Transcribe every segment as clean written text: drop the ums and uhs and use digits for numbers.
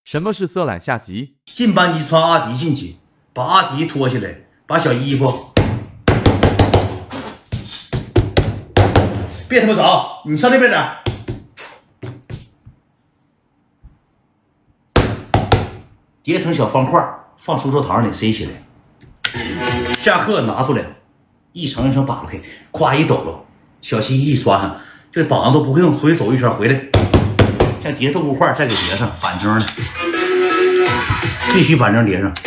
什么是色懒下集？ 进班级穿阿迪进去，把阿迪脱下来，把小衣服。别他妈找，你上那边点。叠成小方块，放书桌堂里塞起来。下课拿出来，一层一层扒拉开，咵一抖搂，小心翼翼刷上。这绑上都不会用，出去走一圈回来，再叠豆腐块，再给叠上板正的，必须板正叠上，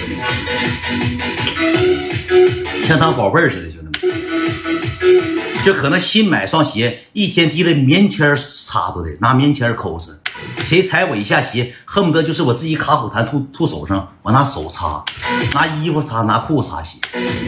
像当宝贝似的，兄弟们。就可能新买双鞋，一天提了棉签擦着的，拿棉签抠死。谁踩我一下鞋，恨不得就是我自己卡口痰吐手上，我拿手擦，拿衣服擦，拿裤子擦鞋。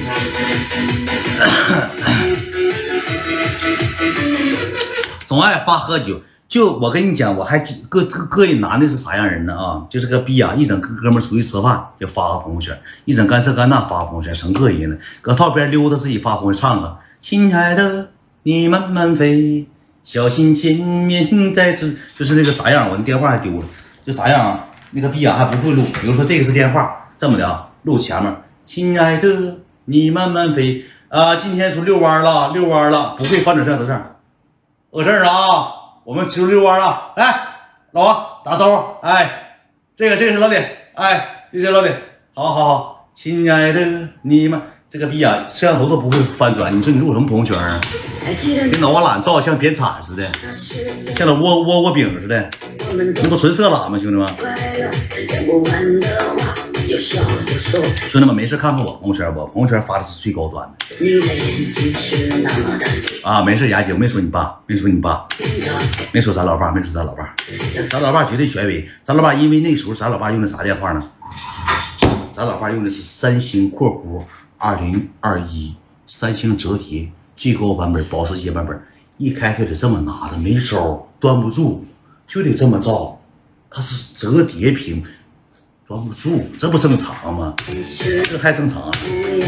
总爱发喝酒，就我跟你讲，我还膈应男的是啥样人呢啊？就是个逼啊，一整哥们出去吃饭就发个朋友圈，一整干这干那发朋友圈，成膈应了。搁套边溜达自己发朋友圈，唱个亲爱的你慢慢飞，小心前面再次，就是那个啥样，我的电话还丢了，就啥样啊？那个逼啊还不会录，比如说这个是电话，这么的啊，录前面，亲爱的你慢慢飞啊，今天出遛弯了，不会翻转这样的事儿。我这儿啊，我们出遛弯了，来，老王打招呼，哎，这个是老李，哎，这是老李，好，亲爱的你们，这个逼啊，摄像头都不会翻转，你说你录什么朋友圈啊？跟脑瓜懒照像扁铲似的，像那窝饼似的，那不纯色懒吗？兄弟们，兄弟们没事看看我朋友圈，我朋友圈发的是最高端的。啊，没事，雅姐，我没说你爸，没说咱老爸，咱老爸绝对权威。咱老爸因为那时候咱老爸用的啥电话呢？咱老爸用的是三星括弧2021三星折叠最高版本，保时捷版本，一开就得这么拿着，没招，端不住，就得这么照。它是折叠屏。装不住，这不正常吗？这太正常了。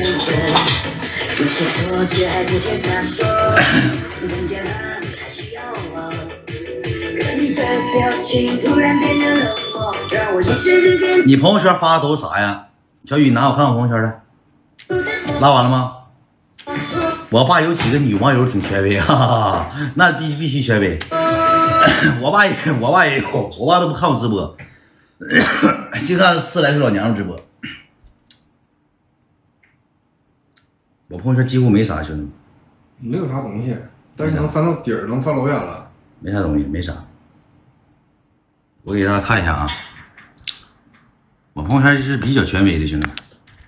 你朋友圈发的都是啥呀？小雨，拿我看看朋友圈来。拉完了吗？我爸有几个女网友挺权威，哈哈，那必须权威。我爸也有，我爸都不看我直播。就看4来岁老娘们直播，我朋友圈几乎没啥，兄弟们， 没有啥东西，但是能翻到底儿，能翻老远了。 没啥东西，没啥。我给大家看一下啊，我朋友圈是比较权威的，兄弟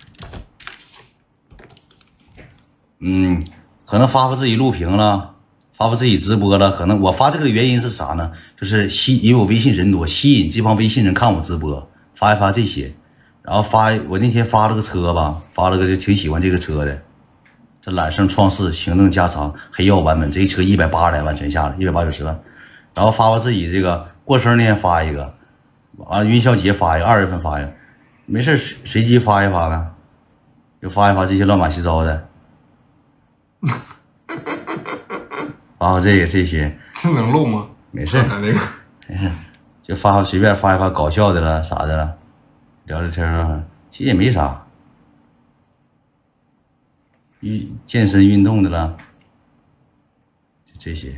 们。可能发自己录屏了。发布自己直播了，可能我发这个的原因是啥呢？就是因为我微信人多，吸引这帮微信人看我直播，发一发这些，然后我那天发了个车吧，发了个就挺喜欢这个车的，这揽胜创世行政加长黑曜版本，这一车180来万全下了，180万，然后发我自己这个过生那天发一个，完了元宵节发一个，2月份发一个，没事随机发一发呗，就发一发这些乱七八糟的。这些能录吗？ 没事， 那个就随便发一发搞笑的了，啥的了，聊聊天啊，其实也没啥，健身运动的了，就这些。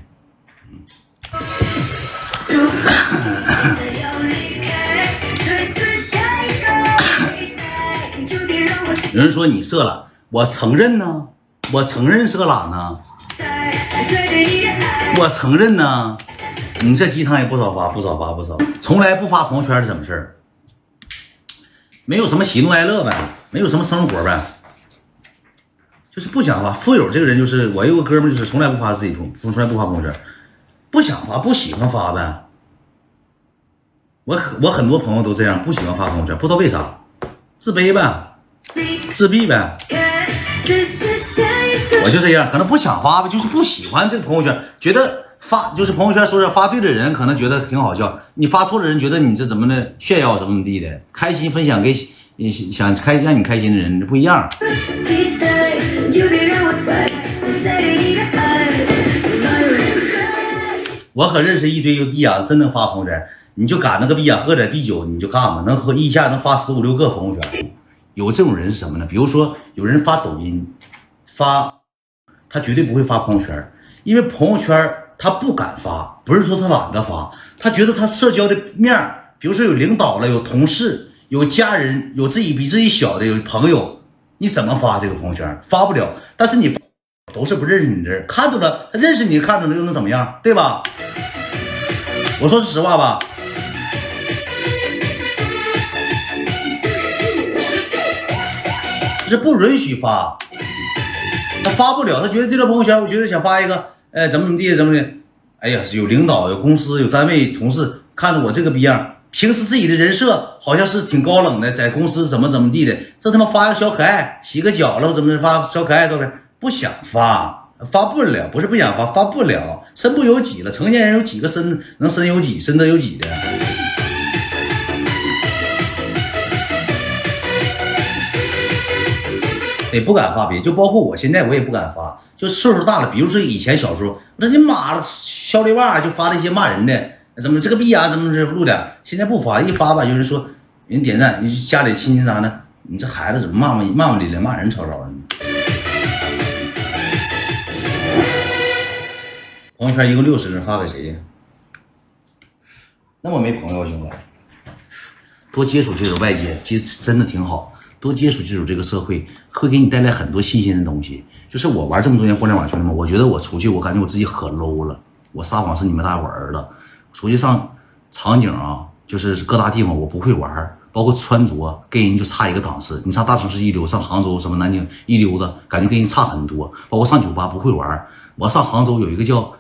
有人说你色懒，我承认呢，我承认色懒呢。我承认呢，你这鸡汤也不少发，从来不发朋友圈是怎么事儿？没有什么喜怒哀乐呗，没有什么生活呗，就是不想发。富有这个人就是我有个哥们就是从来不发自己从来不发朋友圈，不想发，不喜欢发呗。我很多朋友都这样，不喜欢发朋友圈，不知道为啥，自卑呗，自闭呗。我就这样，可能不想发呗，就是不喜欢这个朋友圈，觉得发就是朋友圈说是发对的人，可能觉得挺好笑；你发错的人，觉得你这怎么的炫耀怎么地的，开心分享给想让你开心的人不一样。我可认识一堆有逼啊，真能发朋友圈。 你就赶那个逼啊，喝点啤酒你就干吧，能喝一下能发15、16个朋友圈。有这种人是什么呢？比如说有人发抖音，他绝对不会发朋友圈，因为朋友圈他不敢发，不是说他懒得发，他觉得他社交的面，比如说有领导了，有同事，有家人，有比自己小的，有朋友，你怎么发这个朋友圈？发不了。但是你都是不认识你的人，看着了，他认识你，看着了又能怎么样？对吧？我说实话吧。是不允许发，他发不了，他觉得这条朋友圈，我觉得想发一个，怎么地怎么的，哎呀，有领导、有公司、有单位同事看着我这个逼样，平时自己的人设好像是挺高冷的，在公司怎么地的，这他妈发一个小可爱，洗个脚了怎么发小可爱照片，不想发，发不了，不是不想发，发不了，身不由己了，成年人有几个能身有己，身得有己的。也不敢发别，就包括我现在我也不敢发，就岁数大了，比如说以前小时候，我说你妈了，小里袜就发了一些骂人的，怎么这个逼啊，怎么这录点，现在不发，一发吧，有人说人点赞，你家里亲戚啥的，你这孩子怎么骂咧咧，骂人吵吵的。朋友圈一共60人，发给谁呀？那么没朋友，兄弟，多接触这种外界，其实真的挺好。多接触这个社会，会给你带来很多新鲜的东西。就是我玩这么多年互联网，兄弟们，我觉得我出去，我感觉我自己可 low 了。我撒谎是你们大伙儿的，出去上场景啊，就是各大地方我不会玩，包括穿着跟人就差一个档次。你上大城市一流，上杭州什么南京一流的，感觉跟人差很多。包括上酒吧不会玩，我上杭州有一个叫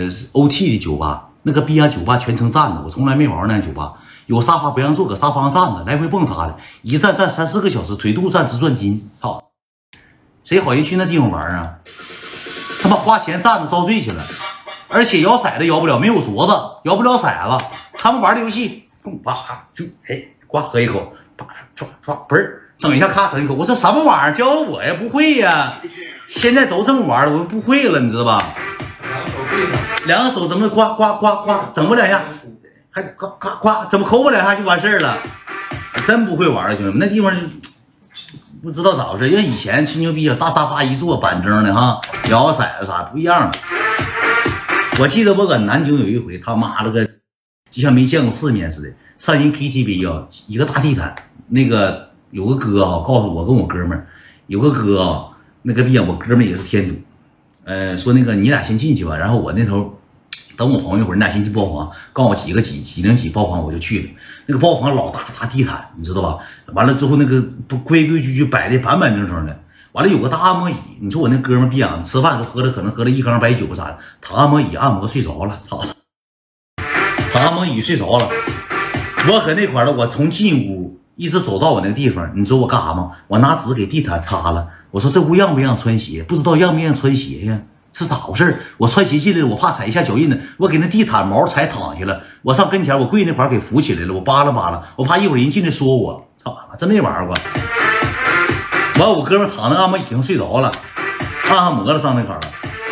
OT 的酒吧，那个逼啊酒吧全程站着，我从来没玩过那酒吧。有沙发不让坐，搁沙发上站着，来回蹦跶的，一站3、4个小时，腿肚站直转筋。操，谁好意去那地方玩啊？他妈花钱站着遭罪去了，而且摇骰子摇不了，没有镯子，摇不了骰子。他们玩的游戏，啪就呱喝一口，啪唰嘣儿整一下，咔整一口。我说什么玩意儿？教我呀，不会呀。现在都这么玩了，我不会了，你知道吧？两个手怎么呱整不两下？还夸怎么抠不两下就完事儿了？真不会玩了，兄弟们，那地方是不知道咋回事。因为以前吹牛逼啊，大沙发一坐，板正的哈，摇骰子啥不一样。我记得我搁南京有一回，他妈了个，就像没见过世面似的，上人 KTV 啊，一个大地毯，那个有个哥啊，告诉我跟我哥们儿，有个哥啊，那个逼啊，我哥们儿也是添堵，说那个你俩先进去吧，然后我那头。等我朋友一会儿，你俩先去包房，告诉我几零几包房，我就去了。那个包房老大地毯，你知道吧？完了之后，那个规矩摆的板正的。完了有个大按摩椅，你说我那哥们儿逼养吃饭的时候可能喝了一缸白酒啥的，躺按摩椅按摩睡着了，操！躺按摩椅睡着了。我搁那块儿了，我从进屋一直走到我那个地方，你知道我干啥吗？我拿纸给地毯擦了。我说这屋让不让穿鞋？不知道让不让穿鞋呀？是咋回事？我穿鞋进来了，我怕踩一下脚印呢，我给那地毯毛踩躺下了，我上跟前，我跪那块给扶起来了，我扒拉，我怕一会儿人进来说我，操，真没玩过。完，我哥们躺那按摩椅上睡着了，按摩了上那块了。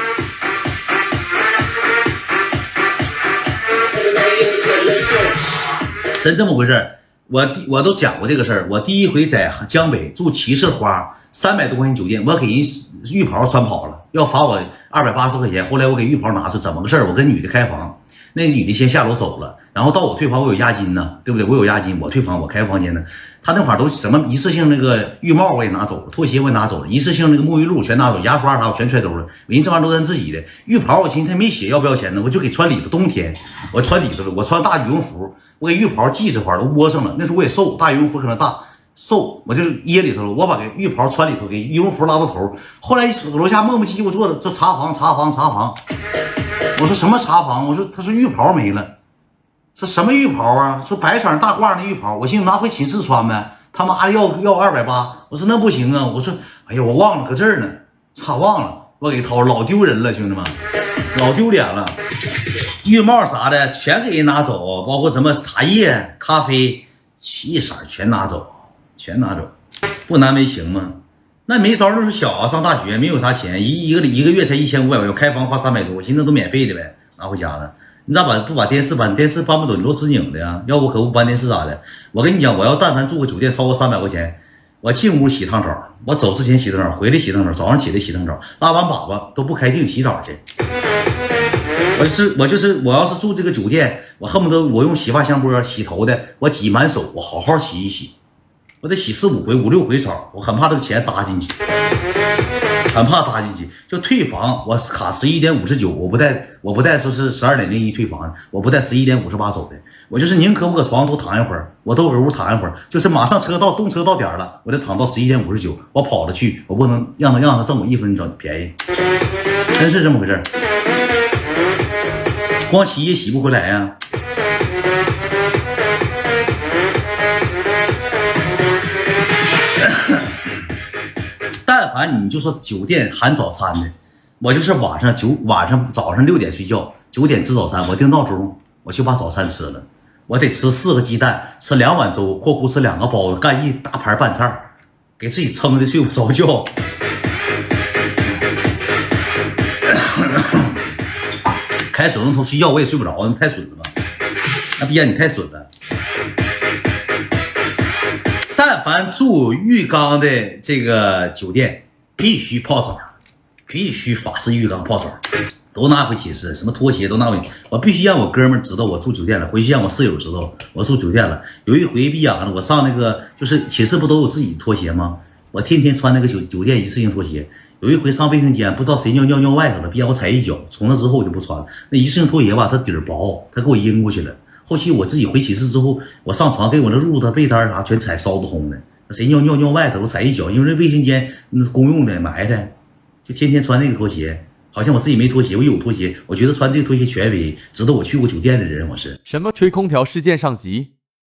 真这么回事？我都讲过这个事儿。我第一回在江北住骑士花300多块钱酒店，我给人浴袍穿跑了，要罚我280块钱。后来我给浴袍拿出，怎么个事儿？我跟女的开房，那女的先下楼走了，然后到我退房，我有押金呢，对不对？我有押金，我退房，我开房间呢。他那会儿都什么一次性那个浴帽我也拿走了，拖鞋我也拿走了，一次性那个沐浴露全拿走，牙刷啥我全揣兜了。人这玩意儿都咱自己的。浴袍我寻思他没写要不要钱呢，我就给穿里头。冬天我穿里头了，我穿大羽绒服，我给浴袍系这块都窝上了。那时候我也瘦，大羽绒服可能大。瘦，我就是掖里头了，我把给浴袍穿里头，给羽绒服拉到头。后来楼下磨磨唧唧，我坐着，这查房。我说什么查房？我说他说浴袍没了，说什么浴袍啊？说白色大褂的浴袍。我寻思拿回寝室穿呗，他妈的要280。我说那不行啊，我说哎呀我忘了搁这儿呢，差忘了，我给掏，老丢人了，兄弟们，老丢脸了。浴帽啥的全给人拿走，包括什么茶叶、咖啡、七色全拿走。不难为情吗？那没招，那是小啊，上大学没有啥钱，一个月才1500，我开房花300多，我寻思都免费的呗，拿回家了。 你咋不把电视搬不走，你螺丝拧的呀？要不可不搬电视咋的？我跟你讲，我要但凡住个酒店超过300块钱，我进屋洗趟澡，我走之前洗趟澡，回来洗趟澡，早上起来洗趟澡，拉完粑粑都不开腚洗澡去。我要是住这个酒店，我恨不得我用洗发香波洗头的，我挤满手，我好好洗一洗，我得洗4、5回、5、6回澡，我很怕这个钱搭进去。很怕搭进去，就退房，我卡11点59，我不带说是12点01退房，我不带11点58走的，我就是宁可我搁床上多躺一会儿，我都搁屋躺一会儿，就是马上动车到点了，我得躺到11点59，我跑着去，我不能让他挣我1分整便宜，真是这么回事，光洗也洗不回来呀。但凡你就说酒店含早餐的，我就是早上6点睡觉，9点吃早餐，我定闹钟，我就把早餐吃了，我得吃4个鸡蛋，吃2碗粥，括弧吃2个包子，干1大盘拌菜，给自己撑的睡不着觉。开水龙头睡觉我也睡不着，太损了吧？那逼你太损了。但凡住浴缸的这个酒店，必须泡澡，必须法式浴缸泡澡，都拿回寝室，什么拖鞋都拿回。我必须让我哥们知道我住酒店了，回去让我室友知道我住酒店了。有一回逼养了，我上那个就是寝室不都有自己拖鞋吗？我天天穿那个酒店一次性拖鞋。有一回上卫生间，不知道谁尿外头了，逼让我踩一脚，从那之后我就不穿了。那一次性拖鞋吧，它底儿薄，它给我阴过去了。后期我自己回寝室之后，我上床给我那褥子、被单啥全踩烧得红的。谁尿外头，我踩一脚，因为那卫生间公用的埋汰，就天天穿那个拖鞋，好像我自己没拖鞋，我有拖鞋。我觉得穿这个拖鞋权威，知道我去过酒店的人，我是什么吹空调事件上集。